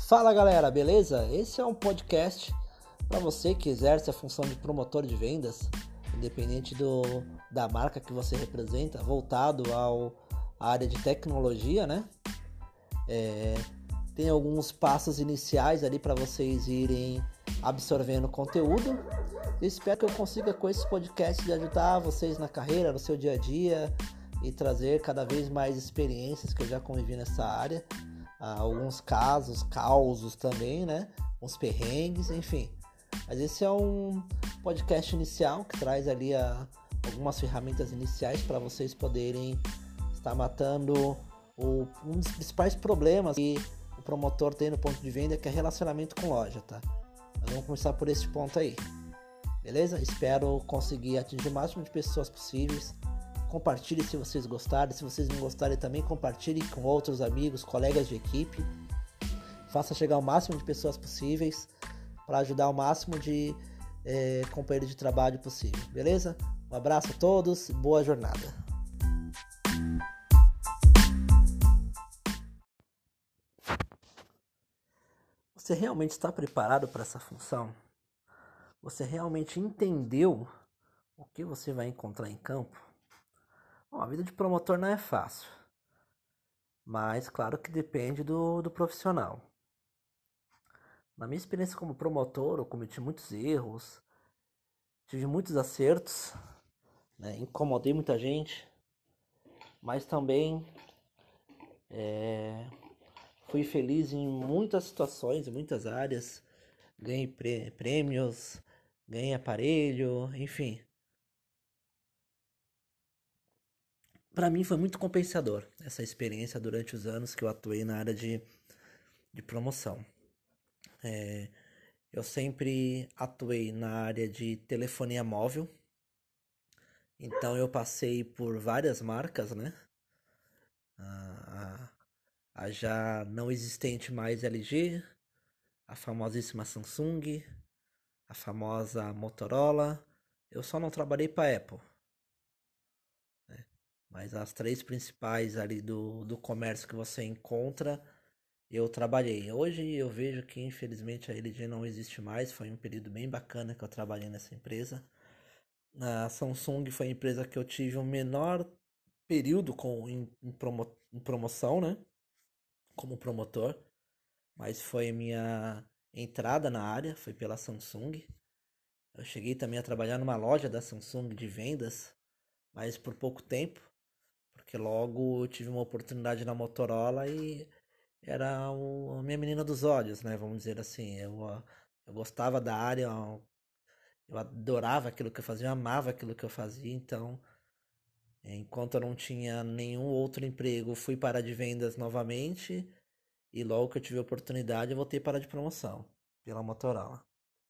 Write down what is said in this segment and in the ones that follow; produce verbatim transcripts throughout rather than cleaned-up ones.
Fala galera, beleza? Esse é um podcast para você que exerce a função de promotor de vendas, independente do, da marca que você representa, voltado ao, à área de tecnologia, né? É, tem alguns passos iniciais ali para vocês irem absorvendo conteúdo. Eu espero que eu consiga com esse podcast ajudar vocês na carreira, no seu dia a dia e trazer cada vez mais experiências que eu já convivi nessa área. Ah, alguns casos, causos também, né? Uns perrengues, enfim. Mas esse é um podcast inicial que traz ali a, algumas ferramentas iniciais para vocês poderem estar matando o, um dos principais problemas que o promotor tem no ponto de venda, que é relacionamento com loja, tá? Nós vamos começar por esse ponto aí, beleza? Espero conseguir atingir o máximo de pessoas possíveis. Compartilhe se vocês gostarem, se vocês não gostarem também compartilhe com outros amigos, colegas de equipe. Faça chegar o máximo de pessoas possíveis para ajudar o máximo de é, companheiros de trabalho possível, beleza? Um abraço a todos, boa jornada. Você realmente está preparado para essa função? Você realmente entendeu o que você vai encontrar em campo? Bom, a vida de promotor não é fácil, mas claro que depende do, do profissional. Na minha experiência como promotor, eu cometi muitos erros, tive muitos acertos, né? Incomodei muita gente, mas também é, fui feliz em muitas situações, em muitas áreas, ganhei prêmios, ganhei aparelho, enfim. Para mim foi muito compensador essa experiência durante os anos que eu atuei na área de, de promoção. É, eu sempre atuei na área de telefonia móvel, então eu passei por várias marcas, né? A, a, a já não existente mais L G, a famosíssima Samsung, a famosa Motorola. Eu só não trabalhei para Apple, né? Mas as três principais ali do, do comércio que você encontra, eu trabalhei. Hoje eu vejo que infelizmente a L G não existe mais. Foi um período bem bacana que eu trabalhei nessa empresa. A Samsung foi a empresa que eu tive o menor período com, em, em, promo, em promoção, né? Como promotor. Mas foi a minha entrada na área, foi pela Samsung. Eu cheguei também a trabalhar numa loja da Samsung de vendas, mas por pouco tempo, porque logo eu tive uma oportunidade na Motorola e era o, a minha menina dos olhos, né? Vamos dizer assim. Eu, eu gostava da área, eu adorava aquilo que eu fazia, eu amava aquilo que eu fazia, então, enquanto eu não tinha nenhum outro emprego, fui para de vendas novamente e logo que eu tive a oportunidade, eu voltei para de promoção pela Motorola.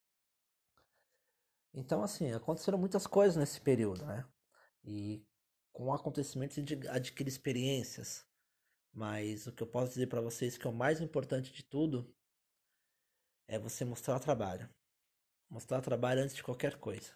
Então, assim, aconteceram muitas coisas nesse período, né? E com acontecimentos a gente adquire experiências, mas o que eu posso dizer para vocês que é o mais importante de tudo é você mostrar o trabalho. Mostrar o trabalho antes de qualquer coisa.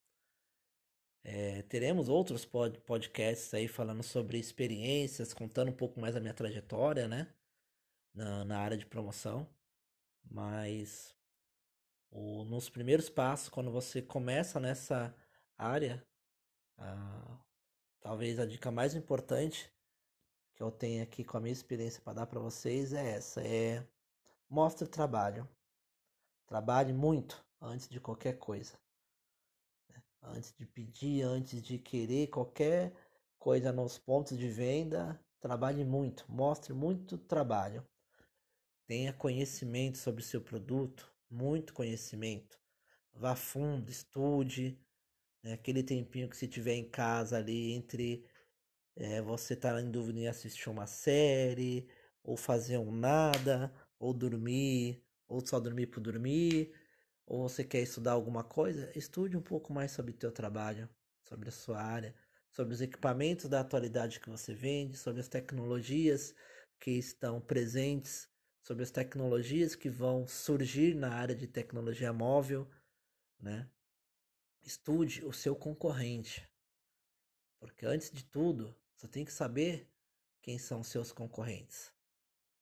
É, teremos outros pod podcasts aí falando sobre experiências, contando um pouco mais da minha trajetória, né? Na, na área de promoção. Mas o, nos primeiros passos, quando você começa nessa área, a, talvez a dica mais importante que eu tenho aqui com a minha experiência para dar para vocês é essa: é mostre trabalho. Trabalhe muito antes de qualquer coisa. Antes de pedir, antes de querer qualquer coisa nos pontos de venda, trabalhe muito, mostre muito trabalho. Tenha conhecimento sobre o seu produto, muito conhecimento. Vá fundo, estude, né? Aquele tempinho que você tiver em casa ali entre é, você estar em dúvida em assistir uma série, ou fazer um nada, ou dormir, ou só dormir por dormir, ou você quer estudar alguma coisa, estude um pouco mais sobre o teu trabalho, sobre a sua área, sobre os equipamentos da atualidade que você vende, sobre as tecnologias que estão presentes, sobre as tecnologias que vão surgir na área de tecnologia móvel, né? Estude o seu concorrente, porque antes de tudo, você tem que saber quem são os seus concorrentes.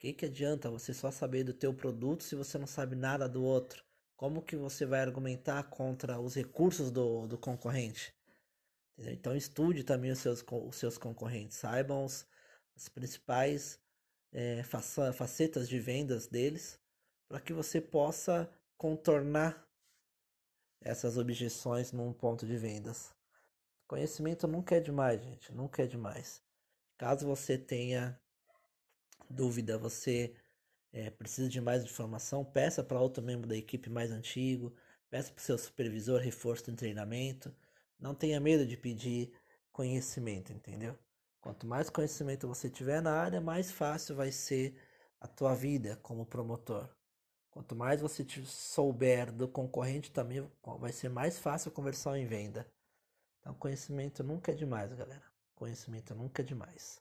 que que adianta você só saber do teu produto se você não sabe nada do outro? Como que você vai argumentar contra os recursos do, do concorrente? Entendeu? Então estude também os seus, os seus concorrentes, saibam os, as principais é, faça, facetas de vendas deles, para que você possa contornar essas objeções num ponto de vendas. Conhecimento nunca é demais, gente, nunca é demais. Caso você tenha dúvida, você é, precisa de mais informação, peça para outro membro da equipe mais antigo, peça para o seu supervisor reforço em treinamento. Não tenha medo de pedir conhecimento, entendeu? Quanto mais conhecimento você tiver na área, mais fácil vai ser a tua vida como promotor. Quanto mais você souber do concorrente, também vai ser mais fácil a conversão em venda. Então, conhecimento nunca é demais, galera. Conhecimento nunca é demais.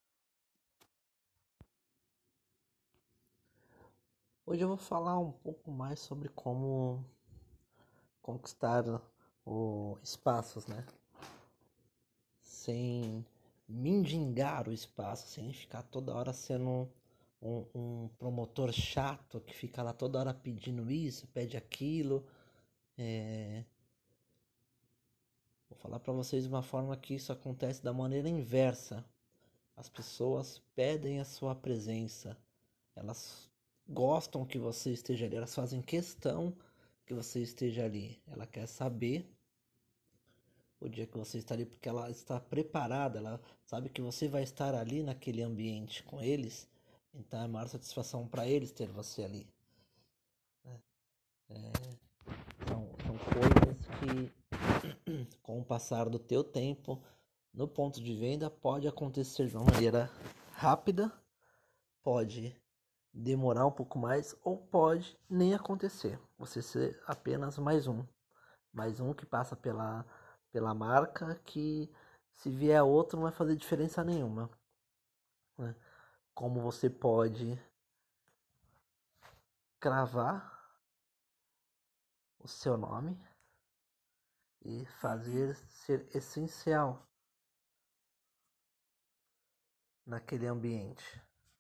Hoje eu vou falar um pouco mais sobre como conquistar o espaços, né? Sem mendigar o espaço, sem ficar toda hora sendo um, um promotor chato que fica lá toda hora pedindo isso, pede aquilo. É... Vou falar para vocês de uma forma que isso acontece da maneira inversa. As pessoas pedem a sua presença, elas gostam que você esteja ali, elas fazem questão que você esteja ali. Ela quer saber o dia que você está ali, porque ela está preparada, ela sabe que você vai estar ali naquele ambiente com eles, então é maior satisfação para eles ter você ali. É, são, são coisas que, com o passar do teu tempo, no ponto de venda, pode acontecer de uma maneira rápida, pode demorar um pouco mais, ou pode nem acontecer. Você ser apenas mais um. Mais um que passa pela, pela marca, que se vier outro não vai fazer diferença nenhuma. Né? Como você pode cravar o seu nome e fazer ser essencial naquele ambiente.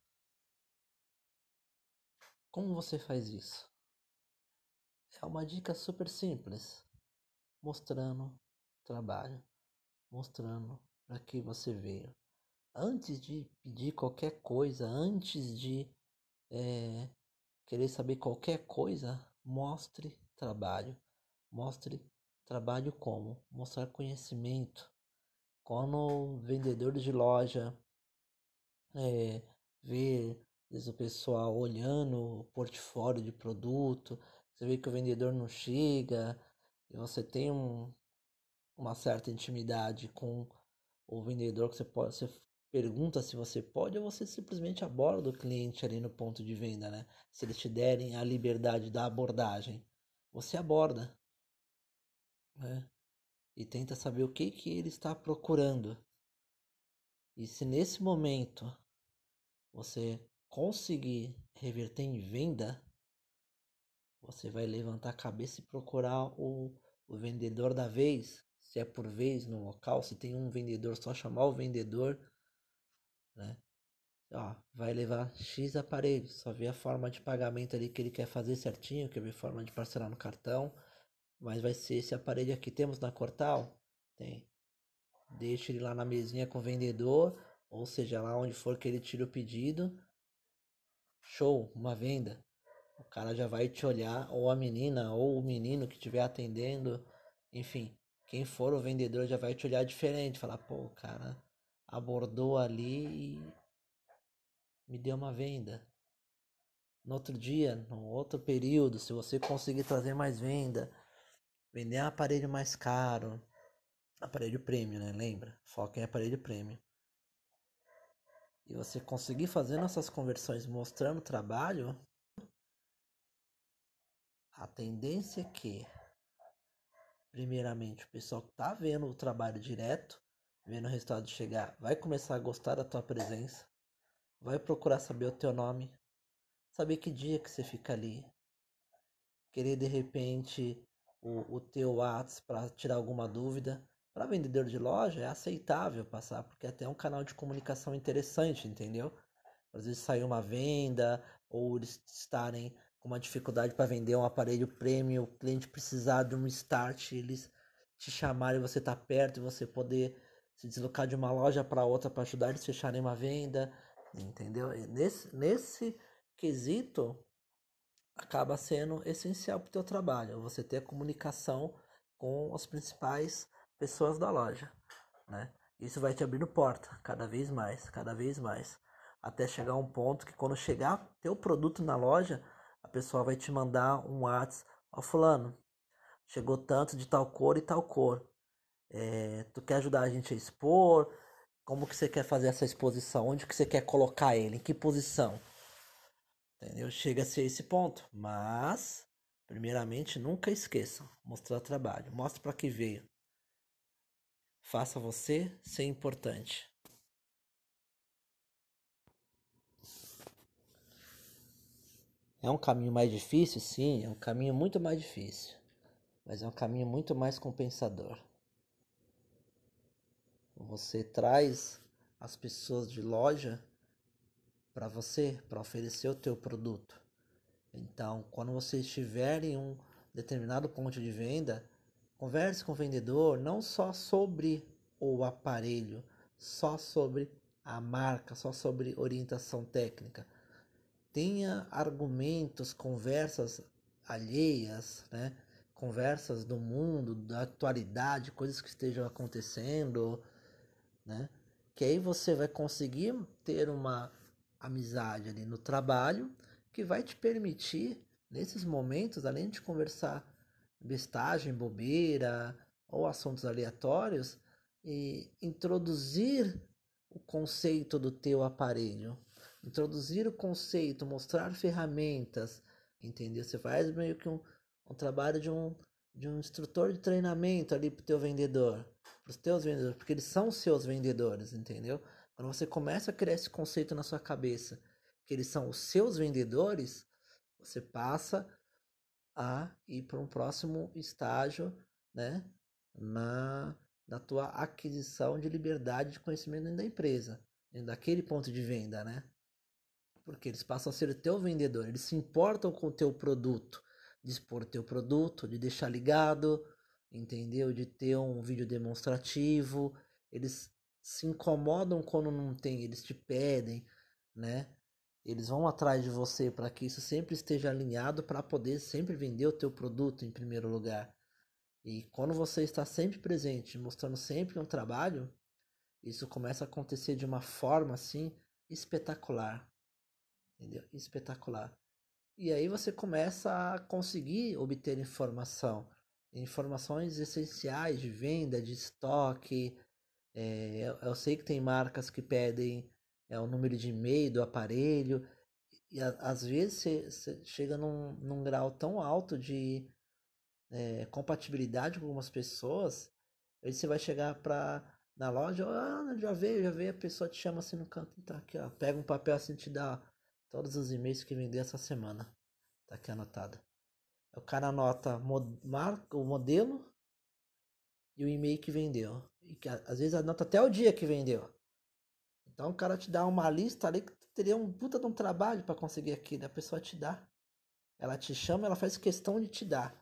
Como você faz isso? É uma dica super simples, mostrando trabalho, mostrando para que você veio. Antes de pedir qualquer coisa, antes de é, querer saber qualquer coisa, mostre trabalho. Mostre trabalho como? Mostrar conhecimento. Quando o vendedor de loja é, vê o pessoal olhando o portfólio de produto, você vê que o vendedor não chega, e você tem um, uma certa intimidade com o vendedor, que você pode, você pergunta se você pode, ou você simplesmente aborda o cliente ali no ponto de venda, né? Se eles te derem a liberdade da abordagem, você aborda, né? E tenta saber o que que ele está procurando. E se nesse momento você conseguir reverter em venda, você vai levantar a cabeça e procurar o, o vendedor da vez. Se é por vez no local, se tem um vendedor, só chamar o vendedor, né? Ó, vai levar X aparelhos, só vê a forma de pagamento ali que ele quer fazer certinho, quer ver forma de parcelar no cartão, mas vai ser esse aparelho aqui. Temos na Cortal? Tem. Deixa ele lá na mesinha com o vendedor, ou seja, lá onde for que ele tira o pedido. Show, uma venda. O cara já vai te olhar, ou a menina, ou o menino que estiver atendendo, enfim, quem for o vendedor já vai te olhar diferente, falar, pô, o cara abordou ali e me deu uma venda. No outro dia, no outro período, se você conseguir trazer mais venda, vender um aparelho mais caro, aparelho premium, né? Lembra? Foca em aparelho premium. E você conseguir fazer nossas conversões mostrando trabalho, a tendência é que, primeiramente, o pessoal que tá vendo o trabalho direto, vendo o resultado chegar, vai começar a gostar da tua presença, vai procurar saber o teu nome, saber que dia que você fica ali, querer de repente o, o teu WhatsApp para tirar alguma dúvida. Para vendedor de loja é aceitável passar, porque até é um canal de comunicação interessante, entendeu? às vezes sair uma venda, ou eles estarem com uma dificuldade para vender um aparelho premium, o cliente precisar de um start, eles te chamarem, você tá perto e você poder se deslocar de uma loja para outra para ajudar eles a fecharem uma venda, entendeu? E nesse, nesse quesito acaba sendo essencial para o teu trabalho, você ter a comunicação com as principais pessoas da loja, né? Isso vai te abrindo porta cada vez mais, cada vez mais, até chegar a um ponto que quando chegar teu produto na loja, a pessoa vai te mandar um WhatsApp, ó fulano, chegou tanto de tal cor e tal cor, é, tu quer ajudar a gente a expor? Como que você quer fazer essa exposição? Onde que você quer colocar ele? Em que posição? Entendeu? Chega a ser esse ponto. Mas, primeiramente, nunca esqueçam. Mostrar trabalho. Mostre para que veio. Faça você ser importante. É um caminho mais difícil? Sim, é um caminho muito mais difícil. Mas é um caminho muito mais compensador. Você traz as pessoas de loja para você, para oferecer o teu produto. Então, quando você estiver em um determinado ponto de venda, converse com o vendedor não só sobre o aparelho, só sobre a marca, só sobre orientação técnica. Tenha argumentos, conversas alheias, né? Conversas do mundo, da atualidade, coisas que estejam acontecendo, né? Que aí você vai conseguir ter uma amizade ali no trabalho que vai te permitir, nesses momentos, além de conversar bestagem, bobeira ou assuntos aleatórios, e introduzir o conceito do teu aparelho, introduzir o conceito, mostrar ferramentas, entendeu? Você faz meio que um, um trabalho de um, de um instrutor de treinamento ali para o teu vendedor, para os teus vendedores, porque eles são seus vendedores, entendeu? Quando você começa a criar esse conceito na sua cabeça, que eles são os seus vendedores, você passa a ir para um próximo estágio, né? Na, na tua aquisição de liberdade de conhecimento dentro da empresa, dentro daquele ponto de venda, né? Porque eles passam a ser o teu vendedor, eles se importam com o teu produto, de expor o teu produto, de deixar ligado, entendeu? De ter um vídeo demonstrativo, eles se incomodam quando não tem, eles te pedem, né? Eles vão atrás de você para que isso sempre esteja alinhado para poder sempre vender o teu produto em primeiro lugar. E quando você está sempre presente, mostrando sempre um trabalho, isso começa a acontecer de uma forma assim espetacular, entendeu? Espetacular. E aí você começa a conseguir obter informação, informações essenciais de venda, de estoque. É, eu, eu sei que tem marcas que pedem é, o número de e-mail do aparelho, e a, às vezes você, você chega num, num grau tão alto de é, compatibilidade com algumas pessoas, aí você vai chegar pra, na loja, ah, já veio, já veio, a pessoa te chama assim no canto, tá aqui, ó, pega um papel assim, te dá todos os e-mails que vendeu essa semana, tá aqui anotado. O cara anota mo- marca, o modelo e o e-mail que vendeu, e que, às vezes anota até o dia que vendeu. Então o cara te dá uma lista ali que teria um puta de um trabalho para conseguir aquilo. A pessoa te dá. Ela te chama, ela faz questão de te dar.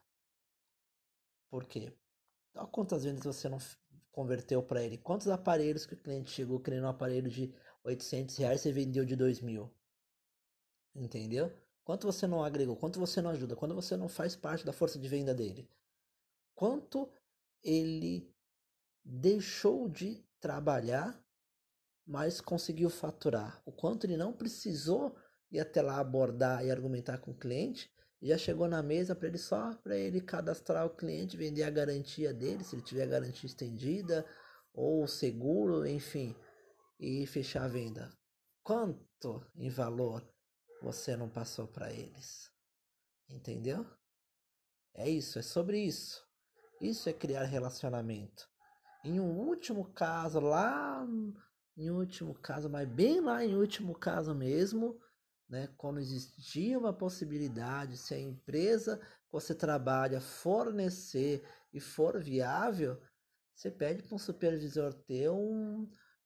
Por quê? Olha quantas vezes você não converteu para ele. Quantos aparelhos que o cliente chegou querendo um aparelho de oitocentos reais e você vendeu de dois mil? Entendeu? Quanto você não agregou? Quanto você não ajuda? Quando você não faz parte da força de venda dele? Quanto ele deixou de trabalhar, mas conseguiu faturar? O quanto ele não precisou ir até lá abordar e argumentar com o cliente, já chegou na mesa para ele só para ele cadastrar o cliente, vender a garantia dele, se ele tiver garantia estendida ou seguro, enfim, e fechar a venda. Quanto em valor você não passou para eles? Entendeu? É isso, é sobre isso. Isso é criar relacionamento. Em um último caso, lá em último caso, mas bem lá em último caso mesmo, né, quando existia uma possibilidade, se a empresa que você trabalha fornecer e for viável, você pede para um supervisor ter um,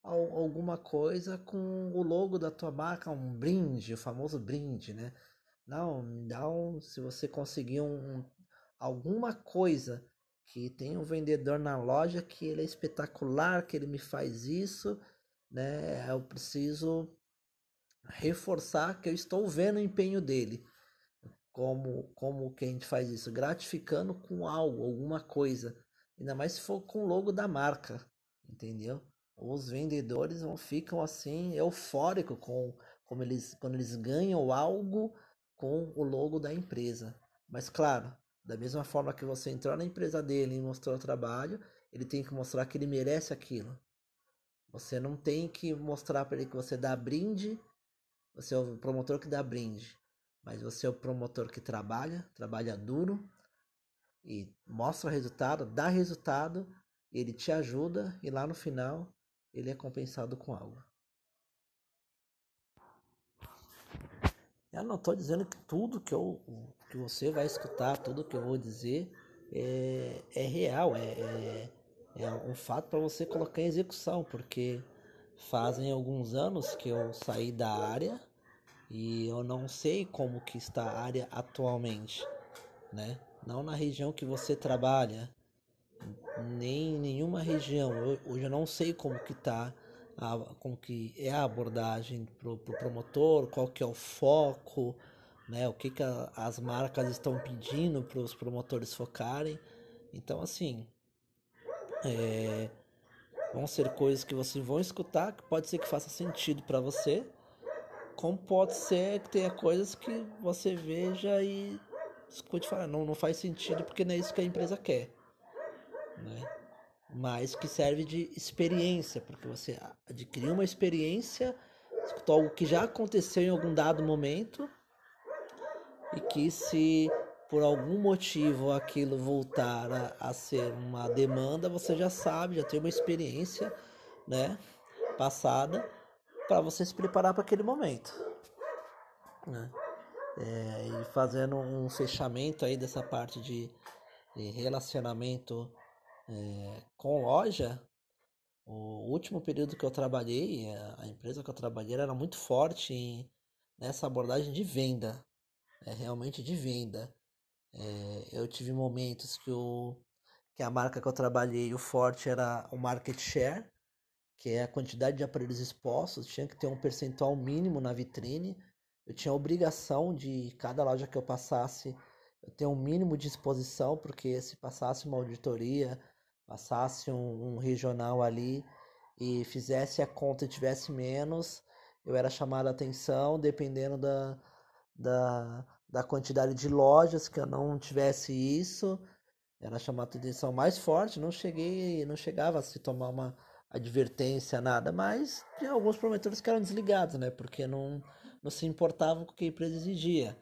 al- alguma coisa com o logo da tua marca, um brinde, o famoso brinde, né? Não, me dá um, se você conseguir um, um- alguma coisa que tem um vendedor na loja que ele é espetacular, que ele me faz isso, né? Eu preciso reforçar que eu estou vendo o empenho dele. Como, como que a gente faz isso? Gratificando com algo, alguma coisa. Ainda mais se for com o logo da marca, entendeu? Os vendedores vão ficam assim eufóricos com como eles quando eles ganham algo com o logo da empresa. Mas claro, da mesma forma que você entrou na empresa dele e mostrou o trabalho, ele tem que mostrar que ele merece aquilo. Você não tem que mostrar para ele que você dá brinde, você é o promotor que dá brinde, mas você é o promotor que trabalha, trabalha duro e mostra resultado, dá resultado, ele te ajuda e lá no final ele é compensado com algo. Eu não estou dizendo que tudo que, eu, que você vai escutar, tudo que eu vou dizer é, é real, é, é, é um fato para você colocar em execução, porque fazem alguns anos que eu saí da área e eu não sei como que está a área atualmente, né? Não na região que você trabalha, nem em nenhuma região. Eu, hoje eu não sei como que tá, a, como que é a abordagem pro, pro promotor, qual que é o foco, né? O que que a, as marcas estão pedindo para os promotores focarem. Então, assim, é, vão ser coisas que vocês vão escutar, que pode ser que faça sentido para você, como pode ser que tenha coisas que você veja e escute falar, não, não faz sentido porque não é isso que a empresa quer, né? Mas que serve de experiência, porque você adquiriu uma experiência, escutou algo que já aconteceu em algum dado momento e que se por algum motivo aquilo voltar a, a ser uma demanda, você já sabe, já tem uma experiência, né, passada para você se preparar para aquele momento, né? É, e fazendo um fechamento aí dessa parte de, de relacionamento é, com loja. O último período que eu trabalhei, a empresa que eu trabalhei era muito forte em, nessa abordagem de venda, é realmente de venda. É, eu tive momentos que, o, que a marca que eu trabalhei, o forte era o market share, que é a quantidade de aparelhos expostos, tinha que ter um percentual mínimo na vitrine. Eu tinha a obrigação de cada loja que eu passasse, eu ter um mínimo de exposição, porque se passasse uma auditoria, passasse um, um regional ali e fizesse a conta e tivesse menos, eu era chamado a atenção, dependendo da, da, da quantidade de lojas que eu não tivesse isso, era chamada a atenção mais forte. Não cheguei, não chegava a se tomar uma advertência, nada, mas tinha alguns promotores que eram desligados, né? Porque não, não se importavam com o que a empresa exigia.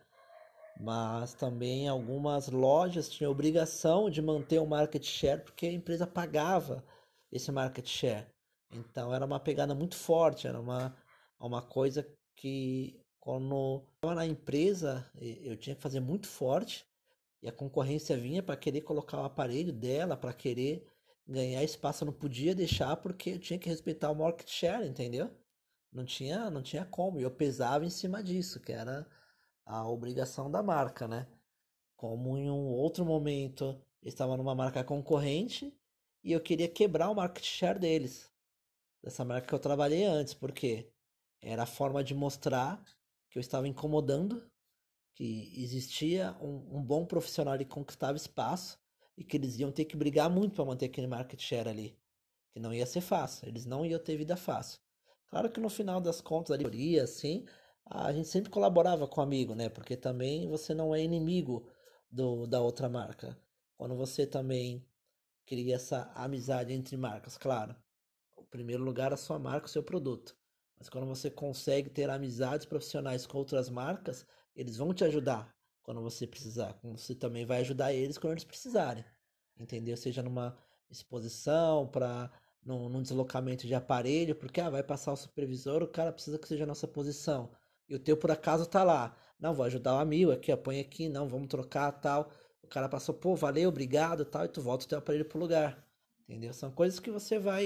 Mas também algumas lojas tinham obrigação de manter o market share porque a empresa pagava esse market share. Então era uma pegada muito forte, era uma, uma coisa que quando eu estava na empresa eu tinha que fazer muito forte e a concorrência vinha para querer colocar o aparelho dela, para querer ganhar espaço, eu não podia deixar porque eu tinha que respeitar o market share, entendeu? Não tinha, não tinha como, e eu pesava em cima disso, que era a obrigação da marca, né? Como em um outro momento eu estava numa marca concorrente e eu queria quebrar o market share deles, dessa marca que eu trabalhei antes, porque era a forma de mostrar que eu estava incomodando, que existia um, um bom profissional que conquistava espaço e que eles iam ter que brigar muito para manter aquele market share ali, que não ia ser fácil, eles não iam ter vida fácil. Claro que no final das contas, ali, assim, a gente sempre colaborava com o amigo, né? Porque também você não é inimigo do, da outra marca. Quando você também cria essa amizade entre marcas, claro. Em primeiro lugar, a sua marca, o seu produto. Mas quando você consegue ter amizades profissionais com outras marcas, eles vão te ajudar quando você precisar. Como você também vai ajudar eles quando eles precisarem. Entendeu? Seja numa exposição, para num, num deslocamento de aparelho, porque ah, vai passar o supervisor, o cara precisa que seja a nossa posição. E o teu por acaso tá lá. Não, vou ajudar o amigo aqui, ó, põe aqui, não, vamos trocar, tal. O cara passou, pô, valeu, obrigado, tal, e tu volta o teu aparelho pro lugar. Entendeu? São coisas que você vai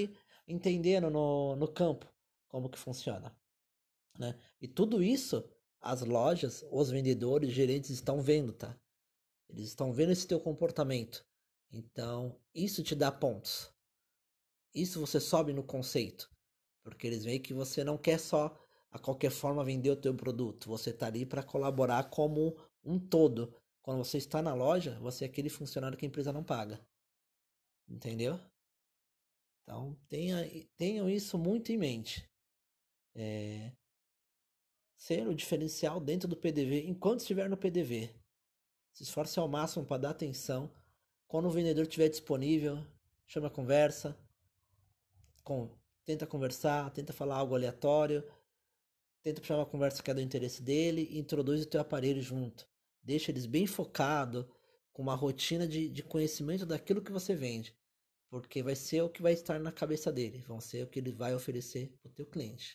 entendendo no, no campo como que funciona, né? E tudo isso as lojas, os vendedores, gerentes estão vendo, tá? Eles estão vendo esse teu comportamento. Então, isso te dá pontos. Isso você sobe no conceito, porque eles veem que você não quer só a qualquer forma vender o teu produto, você está ali para colaborar como um todo. Quando você está na loja, você é aquele funcionário que a empresa não paga, entendeu? Então tenha, tenham isso muito em mente. É, ser o diferencial dentro do P D V enquanto estiver no P D V. Se esforce ao máximo para dar atenção. Quando o vendedor estiver disponível, chama a conversa, com, tenta conversar, tenta falar algo aleatório, tenta puxar uma conversa que é do interesse dele e introduz o teu aparelho junto. Deixa eles bem focados, com uma rotina de, de conhecimento daquilo que você vende. Porque vai ser o que vai estar na cabeça dele, vão ser o que ele vai oferecer para o teu cliente.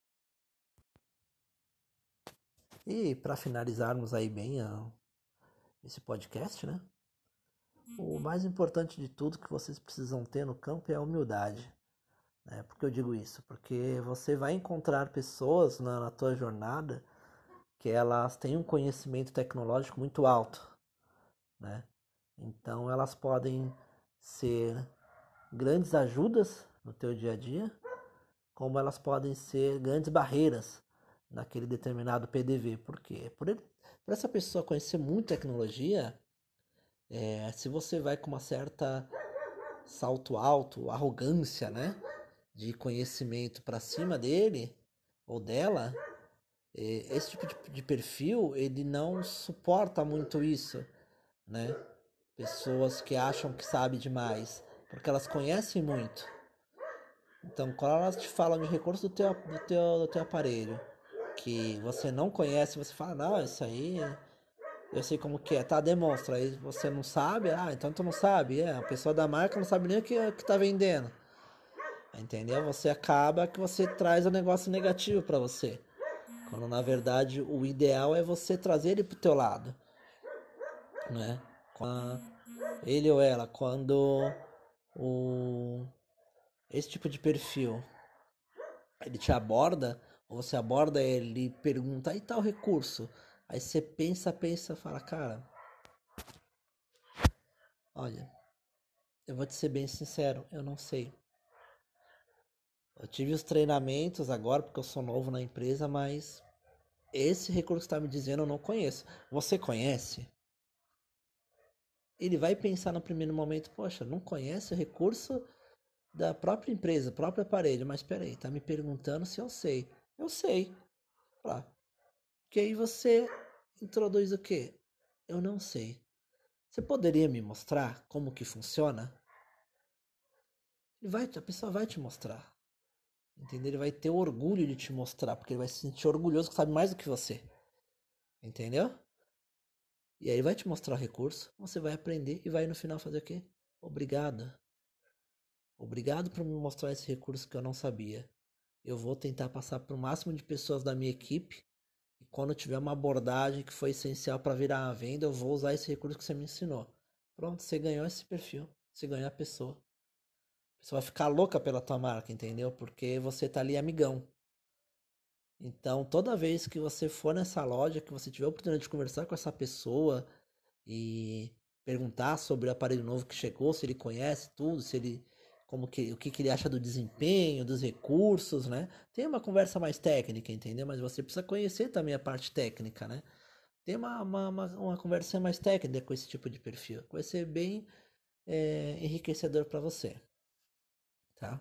E para finalizarmos aí bem a, esse podcast, né? O mais importante de tudo que vocês precisam ter no campo é a humildade. Né? Por que eu digo isso? Porque você vai encontrar pessoas na, na tua jornada que elas têm um conhecimento tecnológico muito alto, né? Então elas podem ser grandes ajudas no teu dia a dia, como elas podem ser grandes barreiras naquele determinado P D V. Por quê? Por, ele, por essa pessoa conhecer muito tecnologia, é, se você vai com uma certa salto alto, arrogância, né, de conhecimento para cima dele ou dela, é, esse tipo de, de perfil ele não suporta muito isso, né? Pessoas que acham que sabem demais, porque elas conhecem muito. Então, quando elas te falam de recursos do teu, do teu, do teu aparelho, que você não conhece, você fala, não, isso aí eu sei como que é, tá, demonstra. Aí você não sabe, ah, então tu não sabe. É, a pessoa da marca não sabe nem o que, que tá vendendo. Entendeu? Você acaba que você traz o um negócio negativo para você. Quando na verdade o ideal é você trazer ele pro teu lado, né? Quando ele ou ela, quando o esse tipo de perfil ele te aborda, ou você aborda ele e pergunta, aí tá o recurso. Aí você pensa, pensa, fala, cara, olha, eu vou te ser bem sincero, eu não sei. Eu tive os treinamentos agora, porque eu sou novo na empresa, mas esse recurso que está me dizendo eu não conheço. Você conhece? Ele vai pensar no primeiro momento, poxa, não conhece o recurso da própria empresa, próprio aparelho, mas peraí, tá me perguntando se eu sei. Eu sei. Ah, que aí você introduz o quê? Eu não sei. Você poderia me mostrar como que funciona? Ele vai, a pessoa vai te mostrar. Entendeu? Ele vai ter orgulho de te mostrar, porque ele vai se sentir orgulhoso que sabe mais do que você. Entendeu? E aí ele vai te mostrar o recurso, você vai aprender e vai no final fazer o quê? Obrigado. Obrigado por me mostrar esse recurso que eu não sabia. Eu vou tentar passar para o máximo de pessoas da minha equipe. E quando tiver uma abordagem que foi essencial para virar a venda, eu vou usar esse recurso que você me ensinou. Pronto, você ganhou esse perfil. Você ganhou a pessoa. A pessoa vai ficar louca pela tua marca, entendeu? Porque você tá ali amigão. Então, toda vez que você for nessa loja, que você tiver a oportunidade de conversar com essa pessoa e perguntar sobre o aparelho novo que chegou, se ele conhece tudo, se ele como que o que, que ele acha do desempenho, dos recursos, né? Tem uma conversa mais técnica, entendeu? Mas você precisa conhecer também a parte técnica, né? Tem uma, uma, uma, uma conversa mais técnica com esse tipo de perfil, que vai ser bem é, enriquecedor para você, tá?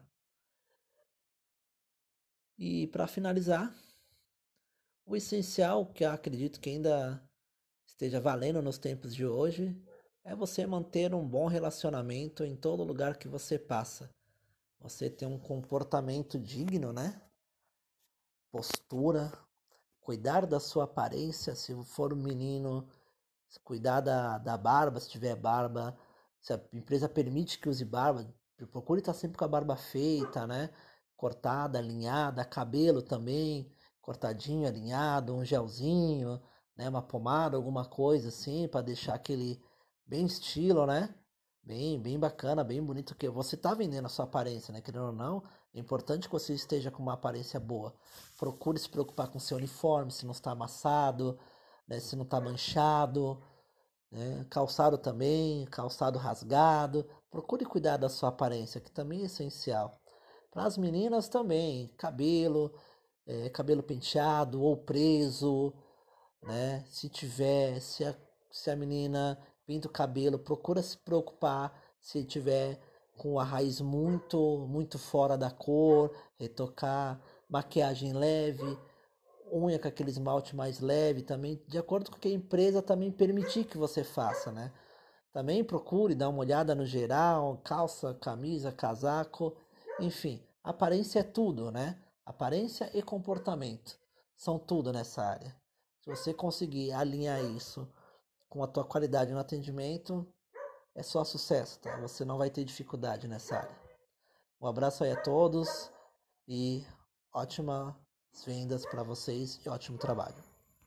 E para finalizar, o essencial que eu acredito que ainda esteja valendo nos tempos de hoje é você manter um bom relacionamento em todo lugar que você passa. Você ter um comportamento digno, né? Postura, cuidar da sua aparência, se for um menino, cuidar da, da barba, se tiver barba, se a empresa permite que use barba, procure estar sempre com a barba feita, né? Cortada, alinhada, cabelo também, cortadinho, alinhado, um gelzinho, né? Uma pomada, alguma coisa assim, para deixar aquele bem estilo, né? Bem, bem bacana, bem bonito que você tá vendendo a sua aparência, né? Querendo ou não, é importante que você esteja com uma aparência boa. Procure se preocupar com seu uniforme, se não está amassado, né? Se não está manchado, né? Calçado também, calçado rasgado. Procure cuidar da sua aparência, que também é essencial. Para as meninas também, cabelo, eh, cabelo penteado ou preso, né? Se tiver, se a, se a menina pinta o cabelo, procura se preocupar se tiver com a raiz muito, muito fora da cor, retocar, maquiagem leve, unha com aquele esmalte mais leve também, de acordo com o que a empresa também permitir que você faça, né? Também procure dar uma olhada no geral, calça, camisa, casaco, enfim, aparência é tudo, né? Aparência e comportamento são tudo nessa área. Se você conseguir alinhar isso com a tua qualidade no atendimento, é só sucesso, tá? Você não vai ter dificuldade nessa área. Um abraço aí a todos e ótimas vendas para vocês e ótimo trabalho.